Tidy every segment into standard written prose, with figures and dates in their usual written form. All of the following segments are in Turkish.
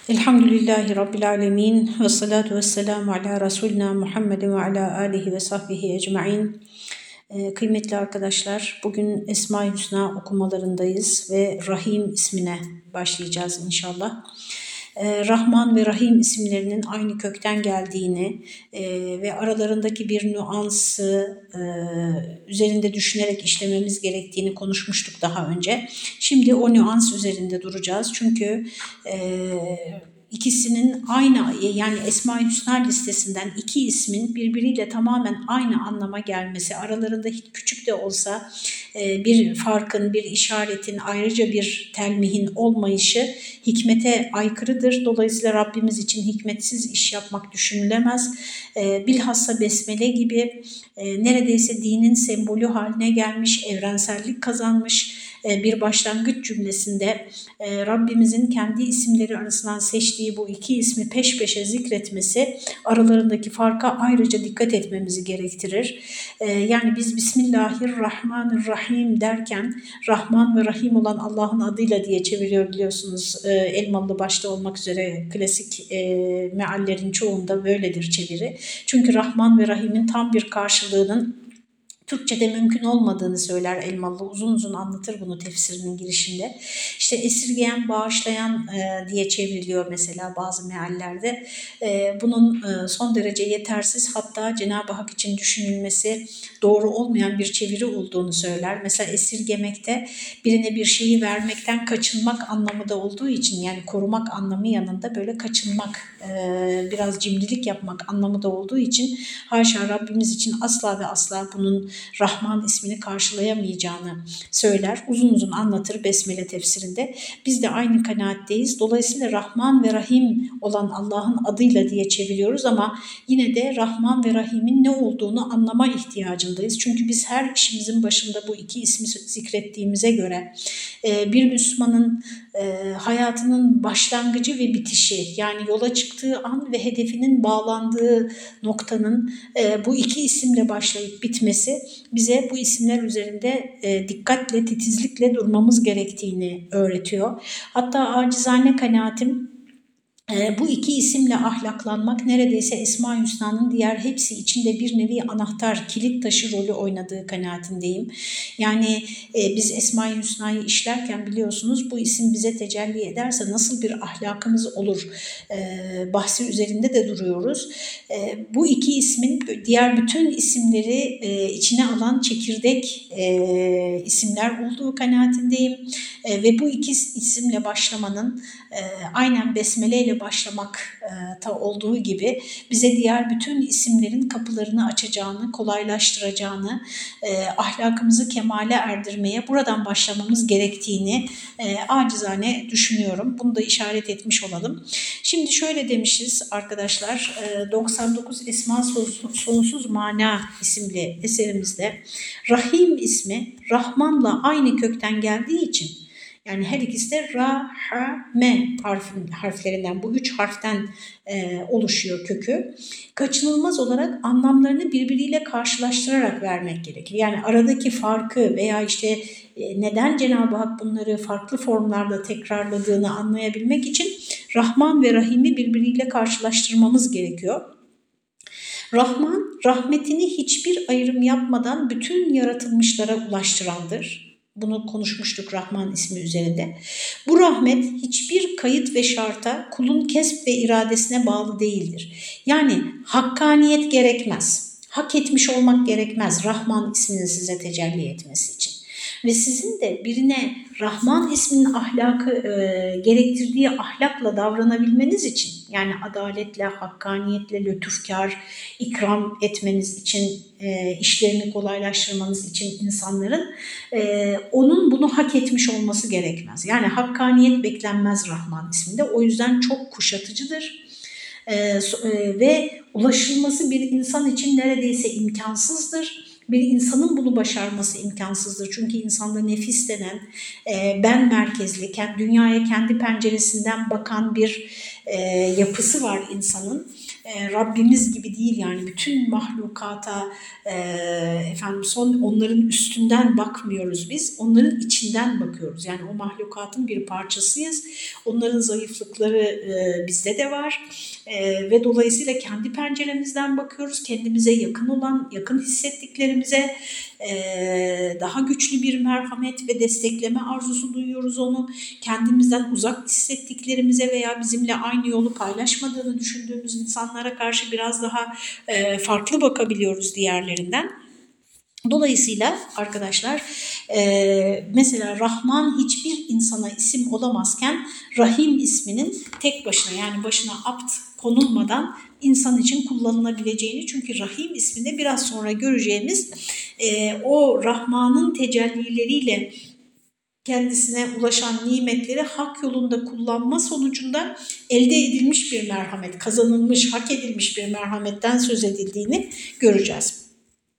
Elhamdülillahi Rabbil Alemin ve salatu ve selamu ala Resulina Muhammedin ve ala alihi ve sahbihi ecma'in. Kıymetli arkadaşlar, bugün Esma-i Hüsna okumalarındayız ve Rahim ismine başlayacağız inşallah. Rahman ve Rahim isimlerinin aynı kökten geldiğini ve aralarındaki bir nüansı üzerinde düşünerek işlememiz gerektiğini konuşmuştuk daha önce. Şimdi o nüans üzerinde duracağız. Çünkü ikisinin aynı, yani Esma-i Hüsna listesinden iki ismin birbiriyle tamamen aynı anlama gelmesi, aralarında hiç küçük de olsa bir farkın, bir işaretin, ayrıca bir telmihin olmayışı hikmete aykırıdır. Dolayısıyla Rabbimiz için hikmetsiz iş yapmak düşünülemez. Bilhassa Besmele gibi neredeyse dinin sembolü haline gelmiş, evrensellik kazanmış bir başlangıç cümlesinde Rabbimizin kendi isimleri arasından seçtiği bu iki ismi peş peşe zikretmesi aralarındaki farka ayrıca dikkat etmemizi gerektirir. Yani biz Bismillahirrahmanirrahim derken Rahman ve Rahim olan Allah'ın adıyla diye çeviriyor biliyorsunuz. Elmalı başta olmak üzere klasik meallerin çoğunda böyledir çeviri. Çünkü Rahman ve Rahim'in tam bir karşılığının Türkçe'de mümkün olmadığını söyler Elmalı. Uzun uzun anlatır bunu tefsirinin girişinde. İşte esirgeyen, bağışlayan diye çevriliyor mesela bazı meallerde. Bunun son derece yetersiz, hatta Cenab-ı Hak için düşünülmesi doğru olmayan bir çeviri olduğunu söyler. Mesela esirgemekte birine bir şeyi vermekten kaçınmak anlamı da olduğu için, yani korumak anlamı yanında böyle kaçınmak, biraz cimrilik yapmak anlamı da olduğu için haşa Rabbimiz için asla ve asla bunun Rahman ismini karşılayamayacağını söyler. Uzun uzun anlatır Besmele tefsirinde. Biz de aynı kanaatteyiz. Dolayısıyla Rahman ve Rahim olan Allah'ın adıyla diye çeviriyoruz ama yine de Rahman ve Rahim'in ne olduğunu anlama ihtiyacındayız. Çünkü biz her işimizin başında bu iki ismi zikrettiğimize göre bir Müslümanın hayatının başlangıcı ve bitişi, yani yola çıktığı an ve hedefinin bağlandığı noktanın bu iki isimle başlayıp bitmesi bize bu isimler üzerinde dikkatle, titizlikle durmamız gerektiğini öğretiyor. Hatta acizane kanaatim, bu iki isimle ahlaklanmak neredeyse Esma-i Hüsna'nın diğer hepsi içinde bir nevi anahtar, kilit taşı rolü oynadığı kanaatindeyim. Yani biz Esma-i Hüsna'yı işlerken biliyorsunuz bu isim bize tecelli ederse nasıl bir ahlakımız olur bahsi üzerinde de duruyoruz. Bu iki ismin diğer bütün isimleri içine alan çekirdek isimler olduğu kanaatindeyim. Ve bu iki isimle başlamanın aynen Besmele ile başlamakta olduğu gibi bize diğer bütün isimlerin kapılarını açacağını, kolaylaştıracağını, ahlakımızı kemale erdirmeye buradan başlamamız gerektiğini acizane düşünüyorum. Bunu da işaret etmiş olalım. Şimdi şöyle demişiz arkadaşlar, 99 Esma Sonsuz Mana isimli eserimizde Rahim ismi Rahman'la aynı kökten geldiği için, yani her ikisi de Ra, Ha, Me harflerinden, bu üç harften oluşuyor kökü. Kaçınılmaz olarak anlamlarını birbiriyle karşılaştırarak vermek gerekir. Yani aradaki farkı veya işte neden Cenab-ı Hak bunları farklı formlarda tekrarladığını anlayabilmek için Rahman ve Rahim'i birbiriyle karşılaştırmamız gerekiyor. Rahman, rahmetini hiçbir ayrım yapmadan bütün yaratılmışlara ulaştırandır. Bunu konuşmuştuk Rahman ismi üzerinde. Bu rahmet hiçbir kayıt ve şarta, kulun kesb ve iradesine bağlı değildir. Yani hakkaniyet gerekmez. Hak etmiş olmak gerekmez Rahman isminin size tecelli etmesi için. Ve sizin de birine Rahman isminin ahlakı gerektirdiği ahlakla davranabilmeniz için, yani adaletle, hakkaniyetle, lütufkar, ikram etmeniz için, işlerini kolaylaştırmanız için insanların, onun bunu hak etmiş olması gerekmez. Yani hakkaniyet beklenmez Rahman isminde. O yüzden çok kuşatıcıdır. Ve ulaşılması bir insan için neredeyse imkansızdır. Bir insanın bunu başarması imkansızdır. Çünkü insanda nefis denen ben merkezli, dünyaya kendi penceresinden bakan bir yapısı var insanın. Rabbimiz gibi değil yani bütün mahlukata onların üstünden bakmıyoruz biz, onların içinden bakıyoruz. Yani o mahlukatın bir parçasıyız. Onların zayıflıkları bizde de var ve dolayısıyla kendi penceremizden bakıyoruz. Kendimize yakın olan, yakın hissettiklerimize daha güçlü bir merhamet ve destekleme arzusu duyuyoruz onu. Kendimizden uzak hissettiklerimize veya bizimle aynı yolu paylaşmadığını düşündüğümüz insanlara karşı biraz daha farklı bakabiliyoruz diğerlerinden. Dolayısıyla arkadaşlar mesela Rahman hiçbir insana isim olamazken Rahim isminin tek başına yani başına apt konulmadan insan için kullanılabileceğini, çünkü Rahim isminde biraz sonra göreceğimiz o Rahman'ın tecellileriyle kendisine ulaşan nimetleri hak yolunda kullanma sonucunda elde edilmiş bir merhamet, kazanılmış, hak edilmiş bir merhametten söz edildiğini göreceğiz.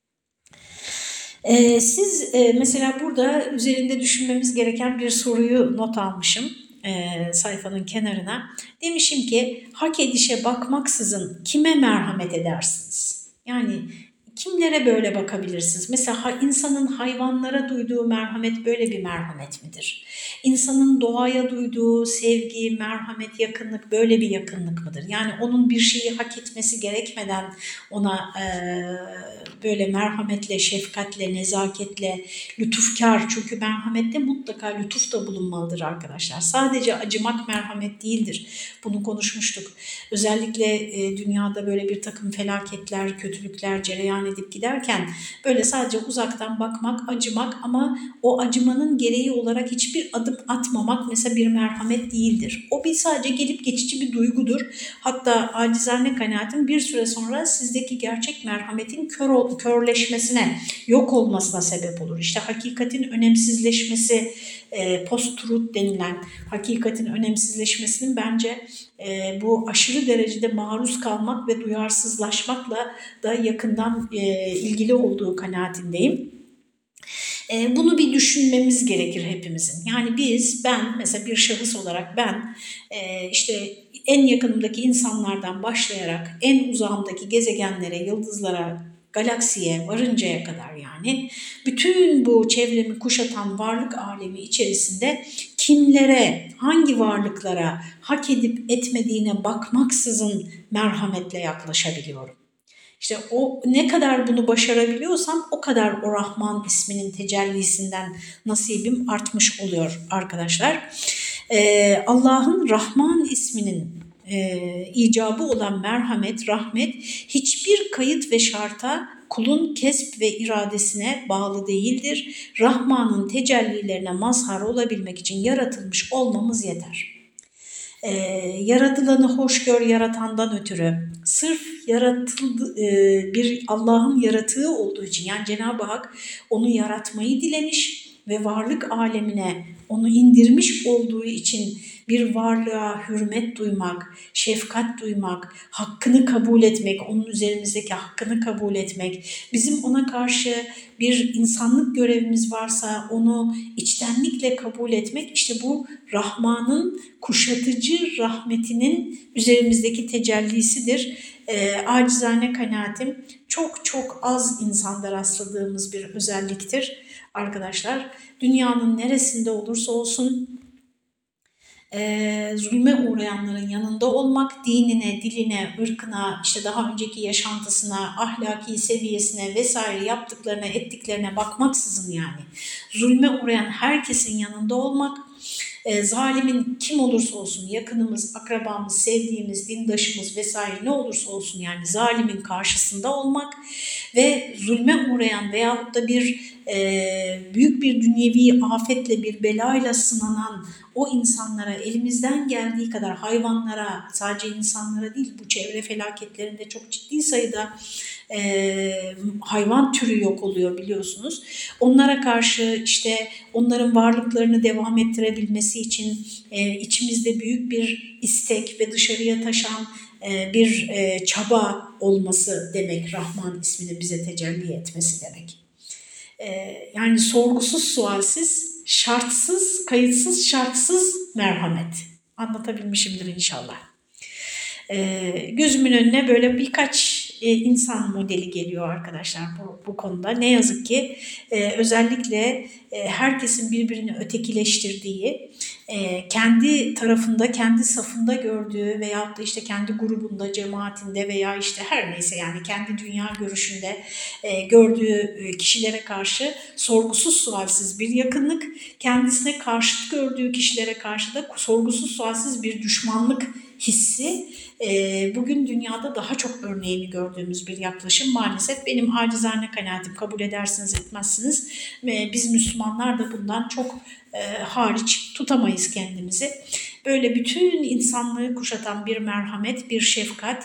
Siz mesela burada üzerinde düşünmemiz gereken bir soruyu not almışım sayfanın kenarına. Demişim ki hak edişe bakmaksızın kime merhamet edersiniz? Yani kimlere böyle bakabilirsiniz? Mesela insanın hayvanlara duyduğu merhamet böyle bir merhamet midir? İnsanın doğaya duyduğu sevgi, merhamet, yakınlık böyle bir yakınlık mıdır? Yani onun bir şeyi hak etmesi gerekmeden ona böyle merhametle, şefkatle, nezaketle, lütufkar, çünkü merhamette mutlaka lütuf da bulunmalıdır arkadaşlar. Sadece acımak merhamet değildir. Bunu konuşmuştuk. Özellikle dünyada böyle bir takım felaketler, kötülükler cereyan edip giderken böyle sadece uzaktan bakmak, acımak ama o acımanın gereği olarak hiçbir adım atmamak mesela bir merhamet değildir. O bir sadece gelip geçici bir duygudur. Hatta acizane kanaatim bir süre sonra sizdeki gerçek merhametin körleşmesine, yok olmasına sebep olur. İşte hakikatin önemsizleşmesi, post-truth denilen hakikatin önemsizleşmesinin bence bu aşırı derecede maruz kalmak ve duyarsızlaşmakla da yakından ilgili olduğu kanaatindeyim. Bunu bir düşünmemiz gerekir hepimizin. Yani ben mesela bir şahıs olarak işte en yakınımdaki insanlardan başlayarak en uzağımdaki gezegenlere, yıldızlara, galaksiye varıncaya kadar yani bütün bu çevremi kuşatan varlık alemi içerisinde kimlere, hangi varlıklara hak edip etmediğine bakmaksızın merhametle yaklaşabiliyorum. İşte o ne kadar bunu başarabiliyorsam o kadar o Rahman isminin tecellisinden nasibim artmış oluyor arkadaşlar. Allah'ın Rahman isminin icabı olan merhamet, rahmet hiçbir kayıt ve şarta kulun kesp ve iradesine bağlı değildir. Rahman'ın tecellilerine mazhar olabilmek için yaratılmış olmamız yeter. Yaratılanı hoş gör yaratandan ötürü. Sırf bir Allah'ın yaratığı olduğu için, yani Cenab-ı Hak onu yaratmayı dilemiş ve varlık alemine onu indirmiş olduğu için bir varlığa hürmet duymak, şefkat duymak, hakkını kabul etmek, onun üzerimizdeki hakkını kabul etmek, bizim ona karşı bir insanlık görevimiz varsa onu içtenlikle kabul etmek, işte bu Rahman'ın kuşatıcı rahmetinin üzerimizdeki tecellisidir. Acizane kanaatim çok çok az insanda rastladığımız bir özelliktir arkadaşlar. Dünyanın neresinde olursa olsun zulme uğrayanların yanında olmak, dinine, diline, ırkına, işte daha önceki yaşantısına, ahlaki seviyesine vesaire yaptıklarına, ettiklerine bakmaksızın yani zulme uğrayan herkesin yanında olmak, zalimin kim olursa olsun, yakınımız, akrabamız, sevdiğimiz, dindaşımız vesaire ne olursa olsun yani zalimin karşısında olmak ve zulme uğrayan veyahut da büyük bir dünyevi afetle, bir belayla sınanan o insanlara elimizden geldiği kadar, hayvanlara, sadece insanlara değil, bu çevre felaketlerinde çok ciddi sayıda hayvan türü yok oluyor biliyorsunuz. Onlara karşı işte onların varlıklarını devam ettirebilmesi için içimizde büyük bir istek ve dışarıya taşan bir çaba olması demek, Rahman isminin bize tecelli etmesi demek. Yani sorgusuz, sualsiz, şartsız, kayıtsız, şartsız merhamet. Anlatabilmişimdir inşallah. Gözümün önüne böyle birkaç insan modeli geliyor arkadaşlar bu konuda. Ne yazık ki özellikle herkesin birbirini ötekileştirdiği, kendi tarafında, kendi safında gördüğü veyahut da işte kendi grubunda, cemaatinde veya işte her neyse yani kendi dünya görüşünde gördüğü kişilere karşı sorgusuz sualsiz bir yakınlık, kendisine karşıt gördüğü kişilere karşı da sorgusuz sualsiz bir düşmanlık hissi bugün dünyada daha çok örneğini gördüğümüz bir yaklaşım. Maalesef benim acizane kanaatim, kabul edersiniz etmezsiniz. Biz Müslümanlar da bundan çok hariç tutamayız kendimizi. Böyle bütün insanlığı kuşatan bir merhamet, bir şefkat,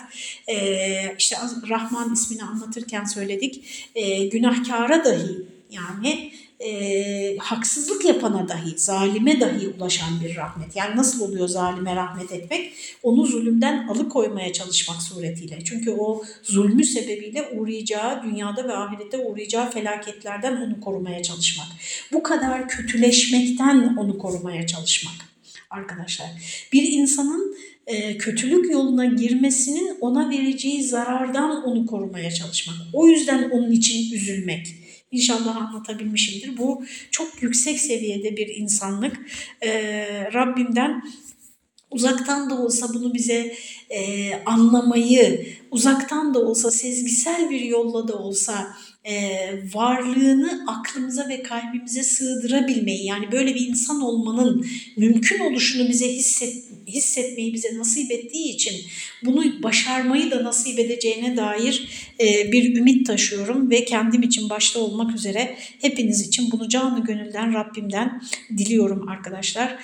işte Rahman ismini anlatırken söyledik, günahkara dahi yani haksızlık yapana dahi, zalime dahi ulaşan bir rahmet. Yani nasıl oluyor zalime rahmet etmek? Onu zulümden alıkoymaya çalışmak suretiyle. Çünkü o zulmü sebebiyle uğrayacağı, dünyada ve ahirette uğrayacağı felaketlerden onu korumaya çalışmak. Bu kadar kötüleşmekten onu korumaya çalışmak. Arkadaşlar, bir insanın kötülük yoluna girmesinin ona vereceği zarardan onu korumaya çalışmak. O yüzden onun için üzülmek. İnşallah anlatabilmişimdir. Bu çok yüksek seviyede bir insanlık. Rabbimden uzaktan da olsa bunu bize anlamayı, uzaktan da olsa sezgisel bir yolla da olsa varlığını aklımıza ve kalbimize sığdırabilmeyi, yani böyle bir insan olmanın mümkün oluşunu bize hissetmeyi bize nasip ettiği için bunu başarmayı da nasip edeceğine dair bir ümit taşıyorum ve kendim için başta olmak üzere hepiniz için bunu canı gönülden Rabbimden diliyorum arkadaşlar.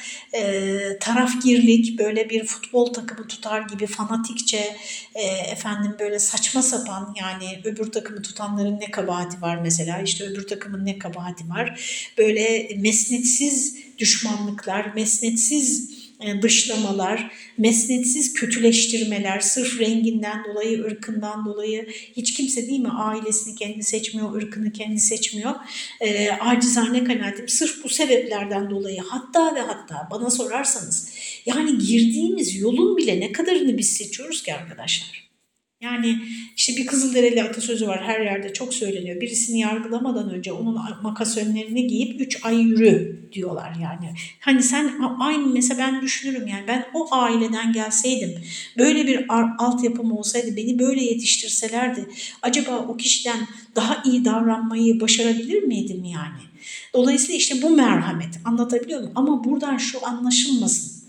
Tarafgirlik, böyle bir futbol takımı tutar gibi fanatikçe efendim böyle saçma sapan, yani öbür takımı tutanların ne kabahati var mesela, işte öbür takımın ne kabahati var, böyle mesnetsiz düşmanlıklar, mesnetsiz dışlamalar, mesnetsiz kötüleştirmeler, sırf renginden dolayı, ırkından dolayı, hiç kimse değil mi ailesini kendi seçmiyor, ırkını kendi seçmiyor. Acizane kanaatim sırf bu sebeplerden dolayı, hatta ve hatta bana sorarsanız yani girdiğimiz yolun bile ne kadarını biz seçiyoruz ki arkadaşlar. Yani işte bir Kızılderili atasözü var, her yerde çok söyleniyor. Birisini yargılamadan önce onun makas önlerini giyip 3 ay yürü diyorlar yani. Hani sen aynı, mesela ben düşünürüm yani, ben o aileden gelseydim, böyle bir altyapım olsaydı, beni böyle yetiştirselerdi, acaba o kişiden daha iyi davranmayı başarabilir miydim yani? Dolayısıyla işte bu merhamet, anlatabiliyor muyum? Ama buradan şu anlaşılmasın.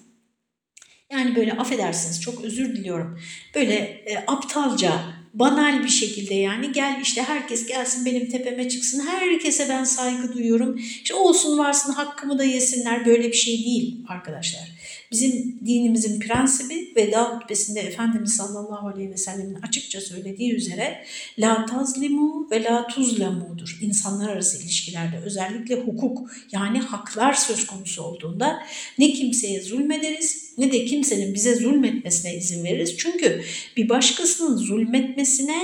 Yani böyle affedersiniz, çok özür diliyorum. Böyle aptalca, banal bir şekilde, yani gel işte herkes gelsin benim tepeme çıksın, herkese ben saygı duyuyorum. İşte olsun varsın hakkımı da yesinler, böyle bir şey değil arkadaşlar. Bizim dinimizin prensibi veda hutbesinde Efendimiz sallallahu aleyhi ve sellemin açıkça söylediği üzere la tazlimu ve la tuzlemudur. İnsanlar arası ilişkilerde özellikle hukuk, yani haklar söz konusu olduğunda ne kimseye zulmederiz ne de kimsenin bize zulmetmesine izin veririz. Çünkü bir başkasının zulmetmesine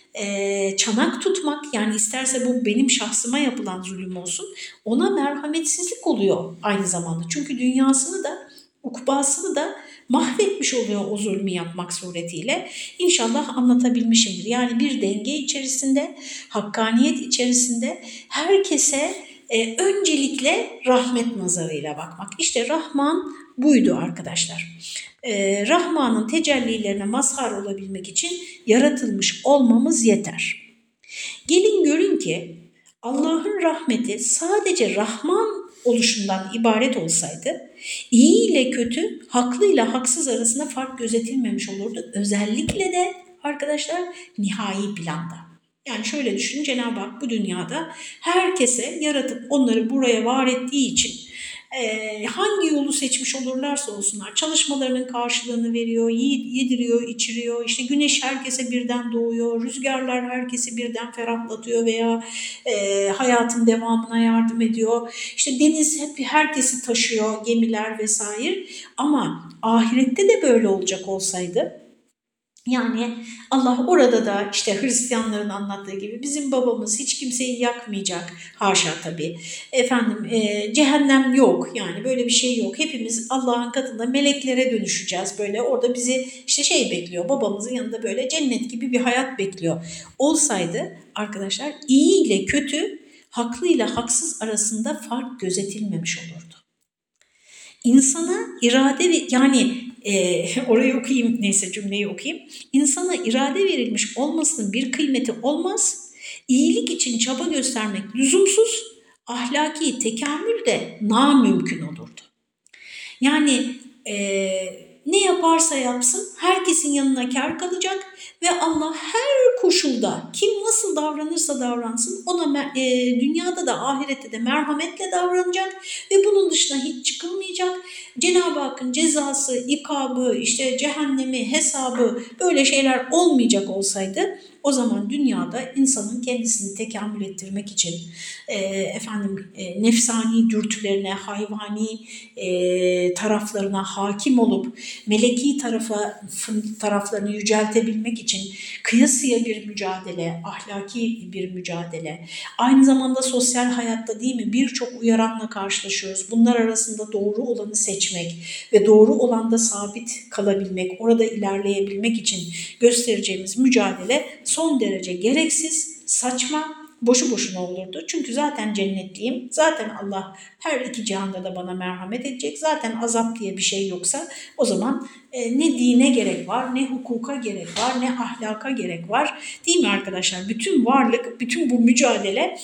çanak tutmak, yani isterse bu benim şahsıma yapılan zulüm olsun, ona merhametsizlik oluyor aynı zamanda. Çünkü dünyasını da ukbasını da mahvetmiş oluyor o zulmü yapmak suretiyle. İnşallah anlatabilmişimdir. Yani bir denge içerisinde, hakkaniyet içerisinde herkese öncelikle rahmet nazarıyla bakmak. İşte Rahman buydu arkadaşlar. Rahman'ın tecellilerine mazhar olabilmek için yaratılmış olmamız yeter. Gelin görün ki Allah'ın rahmeti sadece Rahman oluşundan ibaret olsaydı, iyi ile kötü, haklı ile haksız arasında fark gözetilmemiş olurdu. Özellikle de arkadaşlar nihai planda. Yani şöyle düşünün, Cenab-ı Hak bu dünyada herkese yaratıp onları buraya var ettiği için hangi yolu seçmiş olurlarsa olsunlar çalışmalarının karşılığını veriyor, yediriyor, içiriyor. İşte güneş herkese birden doğuyor, rüzgarlar herkesi birden ferahlatıyor veya hayatın devamına yardım ediyor. İşte deniz hep herkesi taşıyor, gemiler vesaire. Ama ahirette de böyle olacak olsaydı, Yani Allah orada da işte Hristiyanların anlattığı gibi bizim babamız hiç kimseyi yakmayacak. Haşa tabii. Efendim cehennem yok, yani böyle bir şey yok. Hepimiz Allah'ın katında meleklere dönüşeceğiz. Böyle orada bizi işte şey bekliyor, babamızın yanında böyle cennet gibi bir hayat bekliyor. Olsaydı arkadaşlar, iyi ile kötü, haklı ile haksız arasında fark gözetilmemiş olurdu. İnsana irade yani orayı okuyayım, neyse cümleyi okuyayım. İnsana irade verilmiş olmasının bir kıymeti olmaz. İyilik için çaba göstermek lüzumsuz, ahlaki tekamül de namümkün olurdu. Yani ne yaparsa yapsın herkesin yanına kâr kalacak ve Allah her koşulda kim nasıl davranırsa davransın ona dünyada da ahirette de merhametle davranacak ve bunun dışına hiç çıkılmayacak. Cenab-ı Hakk'ın cezası, ikabı, işte cehennemi, hesabı, böyle şeyler olmayacak olsaydı, o zaman dünyada insanın kendisini tekamül ettirmek için nefsani dürtülerine, hayvani taraflarına hakim olup meleki taraflarını yüceltebilmek için kıyasıya bir mücadele, ahlaki bir mücadele, aynı zamanda sosyal hayatta değil mi birçok uyaranla karşılaşıyoruz. Bunlar arasında doğru olanı seçmek ve doğru olanda sabit kalabilmek, orada ilerleyebilmek için göstereceğimiz mücadele son derece gereksiz, saçma, boşu boşuna olurdu. Çünkü zaten cennetliyim, zaten Allah her iki cihanda da bana merhamet edecek, zaten azap diye bir şey yoksa o zaman ne dine gerek var, ne hukuka gerek var, ne ahlaka gerek var, değil mi arkadaşlar? Bütün varlık, bütün bu mücadele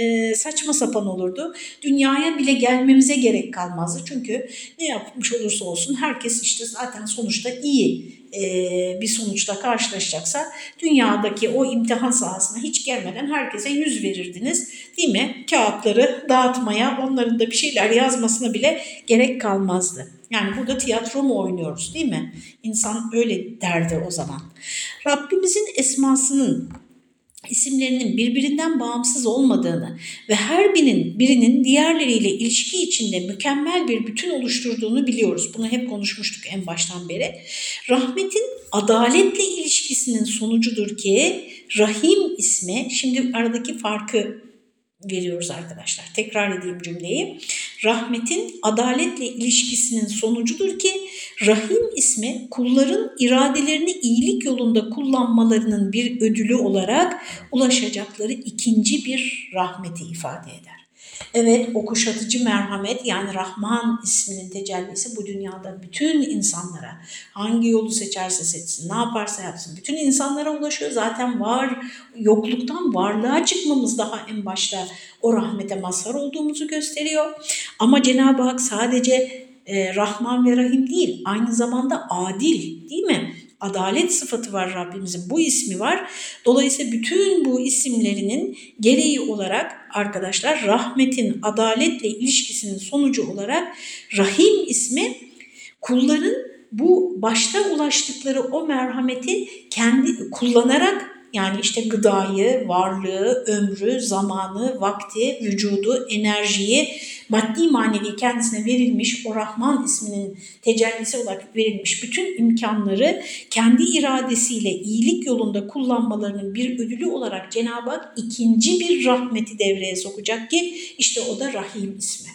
saçma sapan olurdu. Dünyaya bile gelmemize gerek kalmazdı. Çünkü ne yapmış olursa olsun herkes işte zaten sonuçta iyi bir sonuçla karşılaşacaksa dünyadaki o imtihan sahasına hiç gelmeden herkese 100 verirdiniz, değil mi? Kağıtları dağıtmaya, onların da bir şeyler yazmasına bile gerek kalmazdı. Yani burada tiyatro mu oynuyoruz, değil mi? İnsan öyle derdi o zaman. Rabbimizin esmasının, isimlerinin birbirinden bağımsız olmadığını ve her birinin diğerleriyle ilişki içinde mükemmel bir bütün oluşturduğunu biliyoruz. Bunu hep konuşmuştuk en baştan beri. Rahmetin adaletle ilişkisinin sonucudur ki Rahim ismi, şimdi aradaki farkı veriyoruz arkadaşlar. Tekrar edeyim cümleyi. Rahmetin adaletle ilişkisinin sonucudur ki Rahim ismi kulların iradelerini iyilik yolunda kullanmalarının bir ödülü olarak ulaşacakları ikinci bir rahmeti ifade eder. Evet, o kuşatıcı merhamet, yani Rahman isminin tecellisi bu dünyada bütün insanlara, hangi yolu seçerse seçsin, ne yaparsa yapsın, bütün insanlara ulaşıyor. Zaten yokluktan varlığa çıkmamız daha en başta o rahmete mazhar olduğumuzu gösteriyor. Ama Cenab-ı Hak sadece Rahman ve Rahim değil, aynı zamanda adil, değil mi? Adalet sıfatı var Rabbimizin, bu ismi var. Dolayısıyla bütün bu isimlerinin gereği olarak arkadaşlar, rahmetin adaletle ilişkisinin sonucu olarak Rahim ismi kulların bu başta ulaştıkları o merhameti kendi kullanarak, yani işte gıdayı, varlığı, ömrü, zamanı, vakti, vücudu, enerjiyi, maddi manevi kendisine verilmiş, o Rahman isminin tecellisi olarak verilmiş bütün imkanları kendi iradesiyle iyilik yolunda kullanmalarının bir ödülü olarak Cenab-ı Hak ikinci bir rahmeti devreye sokacak ki işte o da Rahim ismi.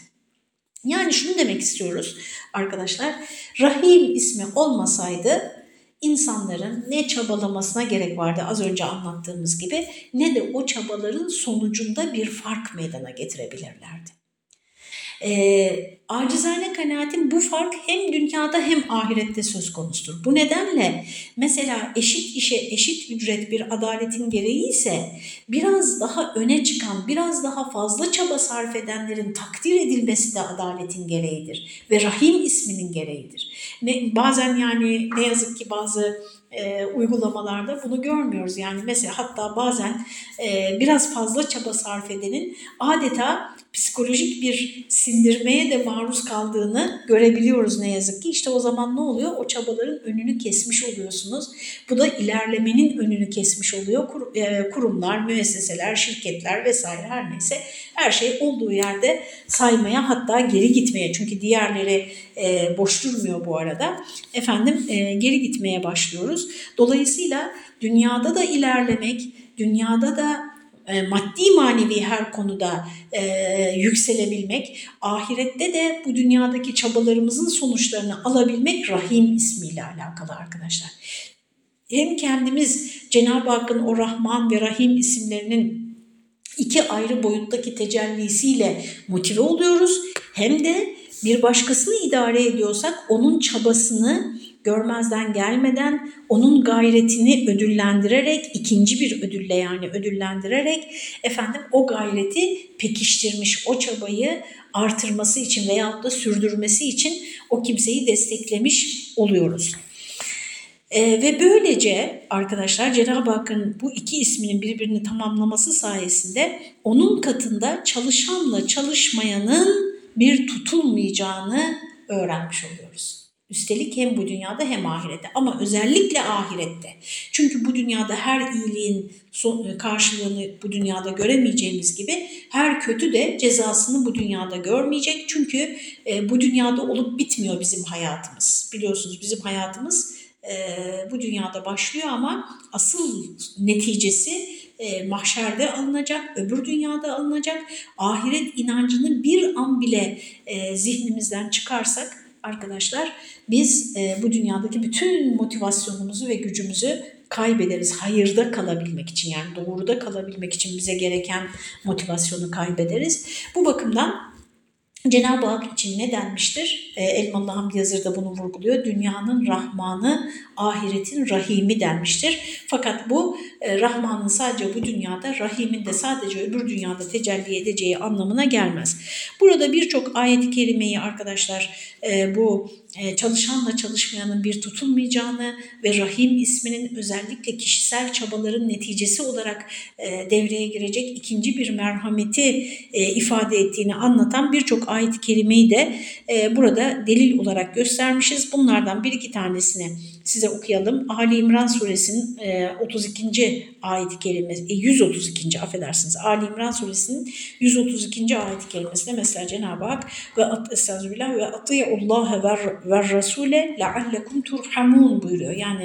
Yani şunu demek istiyoruz arkadaşlar, Rahim ismi olmasaydı İnsanların ne çabalamasına gerek vardı az önce anlattığımız gibi, ne de o çabaların sonucunda bir fark meydana getirebilirlerdi. Acizane kanaatim, bu fark hem dünyada hem ahirette söz konusudur. Bu nedenle mesela eşit işe eşit ücret bir adaletin gereği ise biraz daha öne çıkan, biraz daha fazla çaba sarf edenlerin takdir edilmesi de adaletin gereğidir ve Rahim isminin gereğidir. Bazen yani ne yazık ki bazı uygulamalarda bunu görmüyoruz. Yani mesela hatta bazen biraz fazla çaba sarf edenin adeta psikolojik bir sindirmeye de maruz kaldığını görebiliyoruz ne yazık ki. İşte o zaman ne oluyor? O çabaların önünü kesmiş oluyorsunuz. Bu da ilerlemenin önünü kesmiş oluyor. Kurumlar, müesseseler, şirketler vesaire her neyse her şey olduğu yerde saymaya, hatta geri gitmeye, çünkü diğerleri boş durmuyor bu arada. Geri gitmeye başlıyoruz. Dolayısıyla dünyada da ilerlemek, dünyada da maddi manevi her konuda yükselebilmek, ahirette de bu dünyadaki çabalarımızın sonuçlarını alabilmek Rahim ismiyle alakalı arkadaşlar. Hem kendimiz Cenab-ı Hakk'ın o Rahman ve Rahim isimlerinin iki ayrı boyuttaki tecellisiyle motive oluyoruz, hem de bir başkasını idare ediyorsak onun çabasını görmezden gelmeden, onun gayretini ödüllendirerek, ikinci bir ödülle yani ödüllendirerek o gayreti pekiştirmiş, o çabayı artırması için veyahut da sürdürmesi için o kimseyi desteklemiş oluyoruz. Ve böylece arkadaşlar Cenab-ı Hakk'ın bu iki isminin birbirini tamamlaması sayesinde onun katında çalışanla çalışmayanın bir tutulmayacağını öğrenmiş oluyoruz. Üstelik hem bu dünyada hem ahirette, ama özellikle ahirette. Çünkü bu dünyada her iyiliğin karşılığını bu dünyada göremeyeceğimiz gibi her kötü de cezasını bu dünyada görmeyecek. Çünkü bu dünyada olup bitmiyor bizim hayatımız. Biliyorsunuz bizim hayatımız bu dünyada başlıyor ama asıl neticesi mahşerde alınacak, öbür dünyada alınacak. Ahiret inancını bir an bile zihnimizden çıkarsak arkadaşlar biz bu dünyadaki bütün motivasyonumuzu ve gücümüzü kaybederiz. Hayırda kalabilmek için, yani doğruda kalabilmek için bize gereken motivasyonu kaybederiz. Bu bakımdan Cenab-ı Hak için ne denmiştir? Elmalı Hamdi Yazır da bunu vurguluyor. Dünyanın Rahmanı, ahiretin Rahimi denmiştir. Fakat bu Rahman'ın sadece bu dünyada, Rahim'in de sadece öbür dünyada tecelli edeceği anlamına gelmez. Burada birçok ayet-i kerimeyi arkadaşlar bu çalışanla çalışmayanın bir tutulmayacağını ve Rahim isminin özellikle kişisel çabaların neticesi olarak devreye girecek ikinci bir merhameti ifade ettiğini anlatan birçok ayet-i kerimeyi de burada delil olarak göstermişiz. Bunlardan bir iki tanesini size okuyalım. Ali İmran suresinin 32. ayet-i kerimesi, 132. affedersiniz. Ali İmran suresinin 132. ayet-i kerimesinde mesela Cenab-ı Hak ve ati'ullaha ve rasule leallekum turhamun buyuruyor. Yani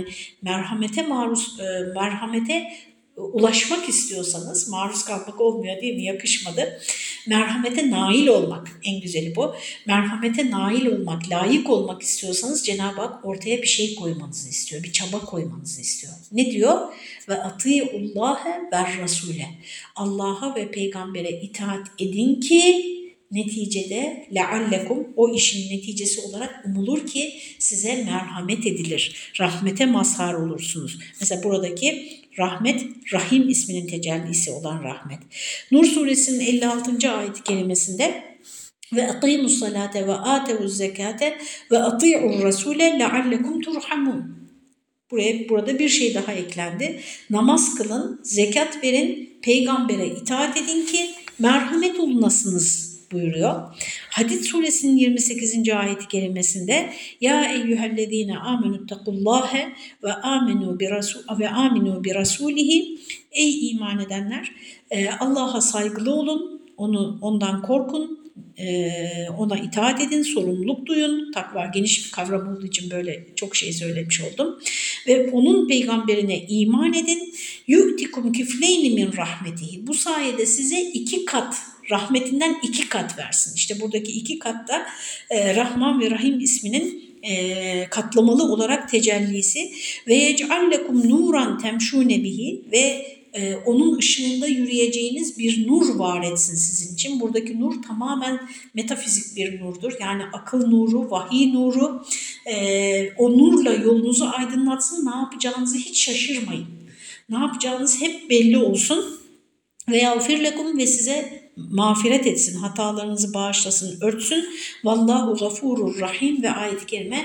merhamete ulaşmak istiyorsanız, maruz kalmak olmuyor değil mi? Yakışmadı. Merhamete nail olmak, en güzeli bu. Merhamete nail olmak, layık olmak istiyorsanız Cenab-ı Hak ortaya bir şey koymanızı istiyor, bir çaba koymanızı istiyor. Ne diyor? Ve ati'ullaha ve rasule. Allah'a ve peygambere itaat edin ki neticede leallekum, o işin neticesi olarak umulur ki size merhamet edilir. Rahmete mazhar olursunuz. Mesela buradaki rahmet, Rahim isminin tecellisi olan rahmet. Nur suresinin 56. ayet-i kerimesinde ve akimus salate ve atevuz zekate ve ati'ur rasule leallekum turhamun. Burada bir şey daha eklendi. Namaz kılın, zekat verin, peygambere itaat edin ki merhamet olunasınız buyuruyor. Hadid suresinin 28. ayet-i kerimesinde ya eyyühellezine amenüttekullâhe ve aminu bi rasulihi, ey iman edenler Allah'a saygılı olun, ondan korkun, ona itaat edin, sorumluluk duyun. Takva geniş bir kavram olduğu için böyle çok şey söylemiş oldum. Ve onun peygamberine iman edin. Yu'tikum kifleyni min rahmetihi. Bu sayede size 2 kat, rahmetinden 2 kat versin. İşte buradaki 2 kat da Rahman ve Rahim isminin katlamalı olarak tecellisi. Ve yec'allekum nuran temşune bihi, ve onun ışığında yürüyeceğiniz bir nur var etsin sizin için. Buradaki nur tamamen metafizik bir nurdur. Yani akıl nuru, vahiy nuru. O nurla yolunuzu aydınlatsın. Ne yapacağınızı hiç şaşırmayın. Ne yapacağınız hep belli olsun. Ve yağfir lekum, ve size mağfiret etsin, hatalarınızı bağışlasın, örtsün. Vallahu gafurur rahim, ve ayet-i kerime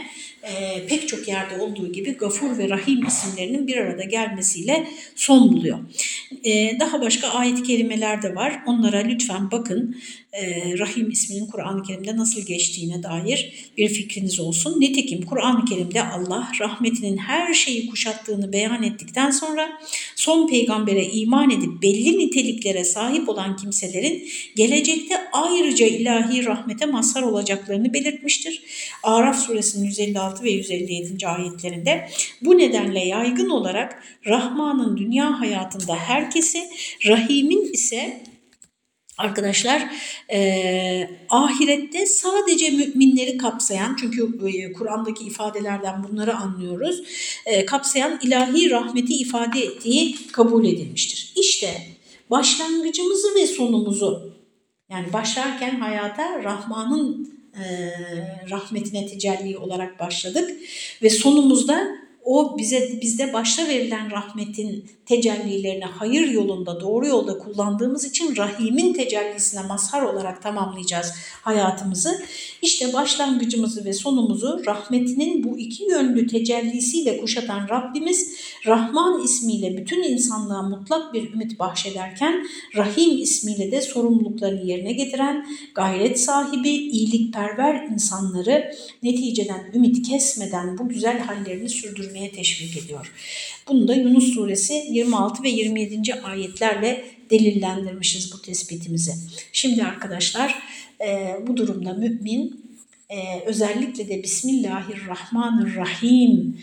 pek çok yerde olduğu gibi Gafur ve Rahim isimlerinin bir arada gelmesiyle son buluyor. Daha başka ayet-i kerimeler de var. Onlara lütfen bakın. Rahim isminin Kur'an-ı Kerim'de nasıl geçtiğine dair bir fikriniz olsun. Nitekim Kur'an-ı Kerim'de Allah rahmetinin her şeyi kuşattığını beyan ettikten sonra son peygambere iman edip belli niteliklere sahip olan kimselerin gelecekte ayrıca ilahi rahmete mazhar olacaklarını belirtmiştir. Araf suresinin 156 ve 157. ayetlerinde bu nedenle yaygın olarak Rahman'ın dünya hayatında herkesi, Rahim'in ise arkadaşlar ahirette sadece müminleri kapsayan, çünkü Kur'an'daki ifadelerden bunları anlıyoruz, kapsayan ilahi rahmeti ifade ettiği kabul edilmiştir. İşte başlangıcımızı ve sonumuzu, yani başlarken hayata Rahman'ın rahmetine tecelli olarak başladık ve sonumuzda o bizde başta verilen rahmetin tecellilerini hayır yolunda, doğru yolda kullandığımız için Rahim'in tecellisine mazhar olarak tamamlayacağız hayatımızı. İşte başlangıcımızı ve sonumuzu rahmetinin bu iki yönlü tecellisiyle kuşatan Rabbimiz, Rahman ismiyle bütün insanlığa mutlak bir ümit bahşederken, Rahim ismiyle de sorumluluklarını yerine getiren, gayret sahibi, iyilikperver insanları neticeden ümit kesmeden bu güzel hallerini sürdürmeye teşvik ediyor. Bunu da Yunus suresi 26 ve 27. ayetlerle delillendirmişiz bu tespitimizi. Şimdi arkadaşlar bu durumda mümin özellikle de Bismillahirrahmanirrahim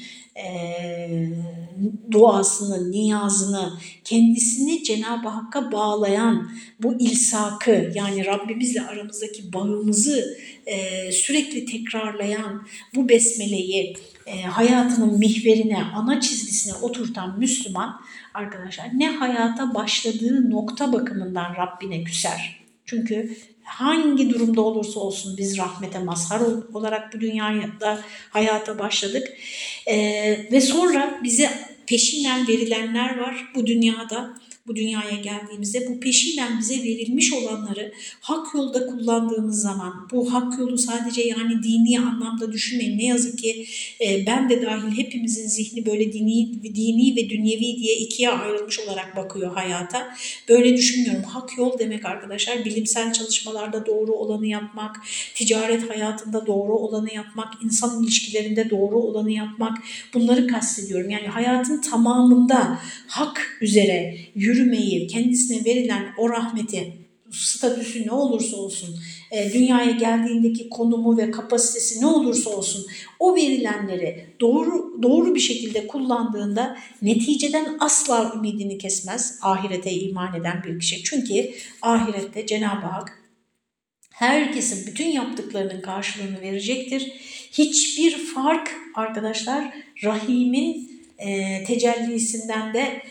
duasını, niyazını, kendisini Cenab-ı Hakk'a bağlayan bu ilsakı, yani Rabbimizle aramızdaki bağımızı sürekli tekrarlayan bu besmeleyi hayatının mihverine, ana çizgisine oturtan Müslüman arkadaşlar ne hayata başladığı nokta bakımından Rabbine küser. Çünkü hangi durumda olursa olsun biz rahmete mazhar olarak bu dünyada hayata başladık. Ve sonra bize peşinen verilenler var bu dünyada. Bu dünyaya geldiğimizde bu peşinen bize verilmiş olanları hak yolda kullandığımız zaman, bu hak yolu sadece yani dini anlamda düşünmeyin. Ne yazık ki ben de dahil hepimizin zihni böyle dini ve dünyevi diye ikiye ayrılmış olarak bakıyor hayata. Böyle düşünmüyorum. Hak yol demek arkadaşlar bilimsel çalışmalarda doğru olanı yapmak, ticaret hayatında doğru olanı yapmak, insan ilişkilerinde doğru olanı yapmak, bunları kastediyorum. Yani hayatın tamamında hak üzere yürümeyi, kendisine verilen o rahmeti, statüsü ne olursa olsun, dünyaya geldiğindeki konumu ve kapasitesi ne olursa olsun o verilenleri doğru bir şekilde kullandığında neticeden asla ümidini kesmez ahirete iman eden bir kişi. Çünkü ahirette Cenab-ı Hak herkesin bütün yaptıklarının karşılığını verecektir. Hiçbir fark arkadaşlar Rahim'in tecellisinden de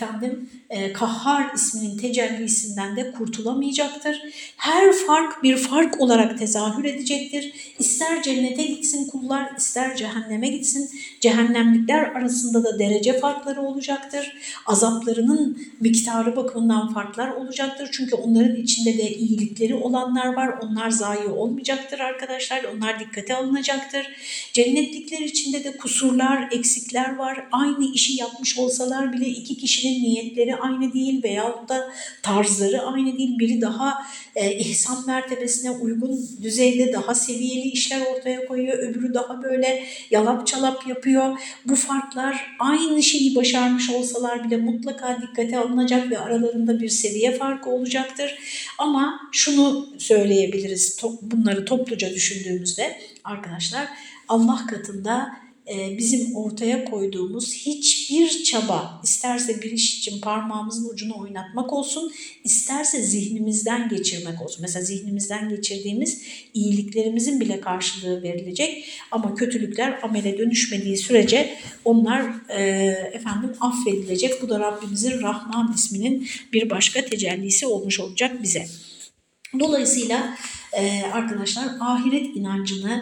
Kahhar isminin tecellisinden de kurtulamayacaktır. Her fark bir fark olarak tezahür edecektir. İster cennete gitsin kullar, ister cehenneme gitsin. Cehennemlikler arasında da derece farkları olacaktır. Azaplarının miktarı bakımından farklar olacaktır. Çünkü onların içinde de iyilikleri olanlar var. Onlar zayi olmayacaktır arkadaşlar. Onlar dikkate alınacaktır. Cennetlikler içinde de kusurlar, eksikler var. Aynı işi yapmış olsalar bile iki kişinin niyetleri aynı değil veyahut da tarzları aynı değil. Biri daha ihsan mertebesine uygun düzeyde daha seviyeli işler ortaya koyuyor. Öbürü daha böyle yalap çalap yapıyor. Bu farklar aynı şeyi başarmış olsalar bile mutlaka dikkate alınacak ve aralarında bir seviye farkı olacaktır. Ama şunu söyleyebiliriz bunları topluca düşündüğümüzde arkadaşlar, Allah katında bizim ortaya koyduğumuz hiçbir çaba, isterse bir iş için parmağımızın ucunu oynatmak olsun, isterse zihnimizden geçirmek olsun. Mesela zihnimizden geçirdiğimiz iyiliklerimizin bile karşılığı verilecek ama kötülükler amele dönüşmediği sürece onlar affedilecek. Bu da Rabbimizin Rahman isminin bir başka tecellisi olmuş olacak bize. Dolayısıyla arkadaşlar ahiret inancını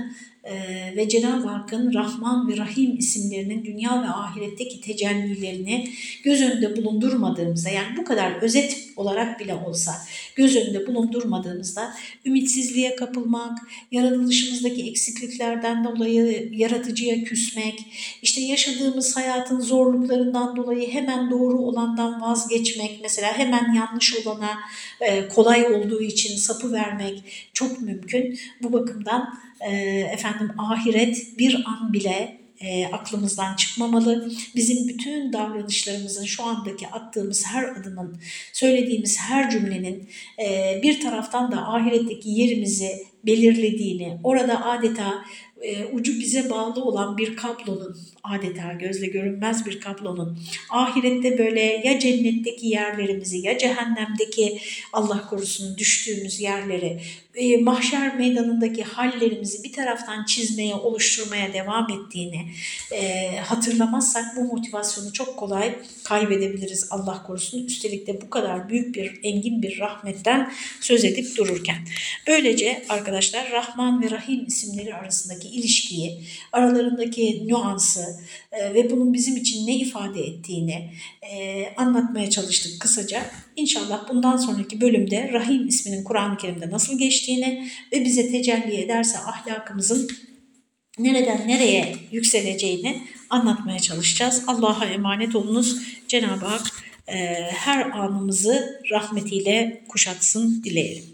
ve Cenab-ı Hakk'ın Rahman ve Rahim isimlerinin dünya ve ahiretteki tecellilerini göz önünde bulundurmadığımızda, yani bu kadar özet olarak bile olsa göz önünde bulundurmadığımızda ümitsizliğe kapılmak, yaratılışımızdaki eksikliklerden dolayı yaratıcıya küsmek, işte yaşadığımız hayatın zorluklarından dolayı hemen doğru olandan vazgeçmek, mesela hemen yanlış olana kolay olduğu için sapı vermek çok mümkün. Bu bakımdan ahiret bir an bile aklımızdan çıkmamalı. Bizim bütün davranışlarımızın, şu andaki attığımız her adımın, söylediğimiz her cümlenin bir taraftan da ahiretteki yerimizi belirlediğini, orada adeta ucu bize bağlı olan bir kablonun, adeta gözle görünmez bir kablonun, ahirette böyle ya cennetteki yerlerimizi ya cehennemdeki, Allah korusun, düştüğümüz yerleri, mahşer meydanındaki hallerimizi bir taraftan çizmeye, oluşturmaya devam ettiğini hatırlamazsak bu motivasyonu çok kolay kaybedebiliriz, Allah korusun. Üstelik de bu kadar büyük bir, engin bir rahmetten söz edip dururken. Böylece arkadaşlar, Rahman ve Rahim isimleri arasındaki ilişkiyi, aralarındaki nüansı ve bunun bizim için ne ifade ettiğini anlatmaya çalıştık kısaca. İnşallah bundan sonraki bölümde Rahim isminin Kur'an-ı Kerim'de nasıl geçtiğini ve bize tecelli ederse ahlakımızın nereden nereye yükseleceğini anlatmaya çalışacağız. Allah'a emanet olunuz. Cenab-ı Hak her anımızı rahmetiyle kuşatsın dileyelim.